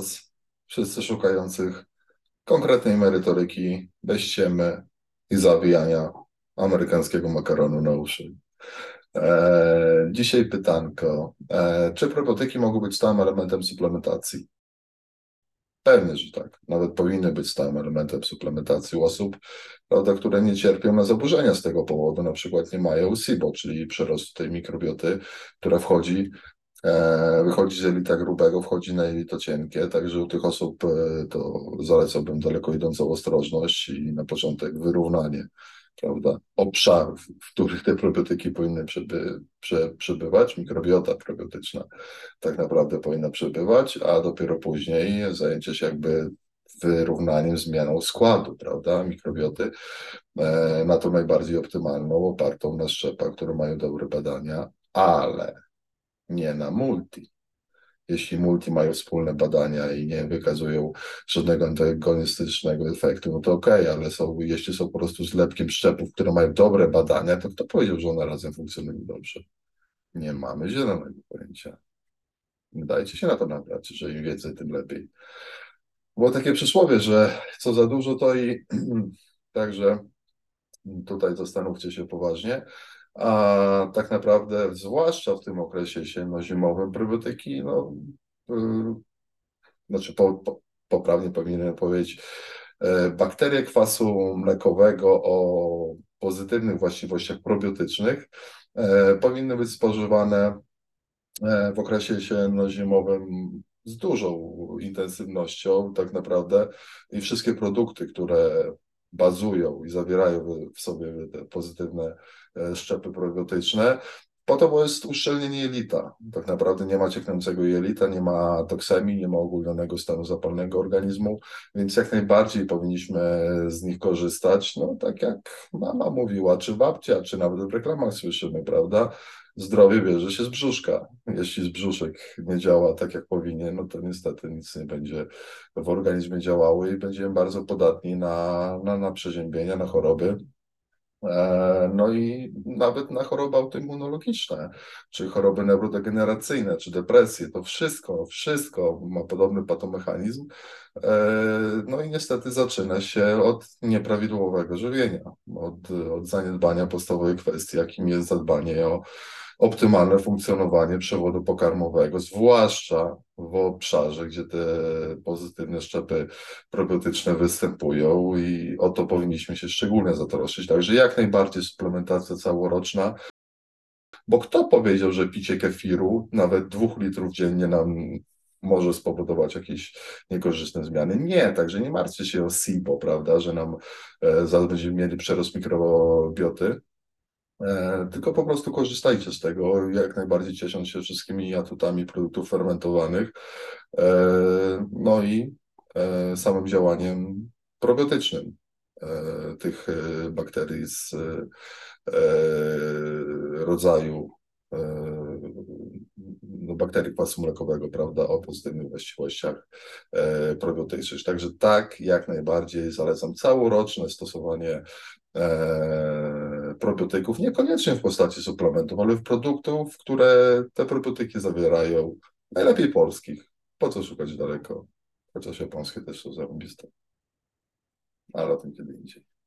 głos wszyscy szukających konkretnej merytoryki, bez ściemy i zawijania amerykańskiego makaronu na uszy. Dzisiaj pytanko. Czy probiotyki mogą być stałym elementem suplementacji? Pewnie, że tak. Nawet powinny być stałym elementem suplementacji u osób, prawda, które nie cierpią na zaburzenia z tego powodu, na przykład nie mają SIBO, czyli przerostu tej mikrobioty, która wychodzi z jelita grubego, wchodzi na jelito cienkie, także u tych osób to zalecałbym daleko idącą ostrożność i na początek wyrównanie, prawda, obszarów, w których te probiotyki powinny przebywać, mikrobiota probiotyczna tak naprawdę powinna przebywać, a dopiero później zajęcie się jakby wyrównaniem, zmianą składu, prawda, mikrobioty na tą najbardziej optymalną, opartą na szczepach, które mają dobre badania, ale nie na multi. Jeśli multi mają wspólne badania i nie wykazują żadnego antagonistycznego efektu, no to okej, ale jeśli są po prostu zlepkiem szczepów, które mają dobre badania, to kto powiedział, że one razem funkcjonują dobrze? Nie mamy zielonego pojęcia. Nie dajcie się na to nabrać, że im więcej, tym lepiej. Było takie przysłowie, że co za dużo, to i także tutaj zastanówcie się poważnie. A tak naprawdę, zwłaszcza w tym okresie jesienno-zimowym, probiotyki, no, y, znaczy poprawnie powinienem powiedzieć, bakterie kwasu mlekowego o pozytywnych właściwościach probiotycznych powinny być spożywane w okresie jesienno-zimowym z dużą intensywnością tak naprawdę i wszystkie produkty, które bazują i zawierają w sobie te pozytywne szczepy probiotyczne, po to, bo jest uszczelnienie jelita. Tak naprawdę nie ma cieknącego jelita, nie ma toksemii, nie ma ogólnionego stanu zapalnego organizmu, więc jak najbardziej powinniśmy z nich korzystać. No tak jak mama mówiła, czy babcia, czy nawet w reklamach słyszymy, prawda? Zdrowie bierze się z brzuszka. Jeśli brzuszek nie działa tak, jak powinien, no to niestety nic nie będzie w organizmie działało i będziemy bardzo podatni na przeziębienia, na choroby. No i nawet na choroby autoimmunologiczne, czy choroby neurodegeneracyjne, czy depresje, to wszystko ma podobny patomechanizm. No i niestety zaczyna się od nieprawidłowego żywienia, od zaniedbania podstawowej kwestii, jakim jest zadbanie o optymalne funkcjonowanie przewodu pokarmowego, zwłaszcza w obszarze, gdzie te pozytywne szczepy probiotyczne występują i o to powinniśmy się szczególnie zatroszczyć. Także jak najbardziej suplementacja całoroczna, bo kto powiedział, że picie kefiru, nawet 2 litrów dziennie nam może spowodować jakieś niekorzystne zmiany? Nie, także nie martwcie się o SIBO, prawda, że nam zaraz będziemy mieli przerost mikrobioty, tylko po prostu korzystajcie z tego, jak najbardziej ciesząc się wszystkimi atutami produktów fermentowanych, no i samym działaniem probiotycznym tych bakterii z rodzaju no, bakterii kwasu mlekowego, prawda, o pozytywnych właściwościach probiotycznych. Także tak, jak najbardziej zalecam całoroczne stosowanie probiotyków, niekoniecznie w postaci suplementów, ale w produktów, które te probiotyki zawierają, najlepiej polskich. Po co szukać daleko? Chociaż japońskie też są zarąbiste, ale o tym kiedy indziej.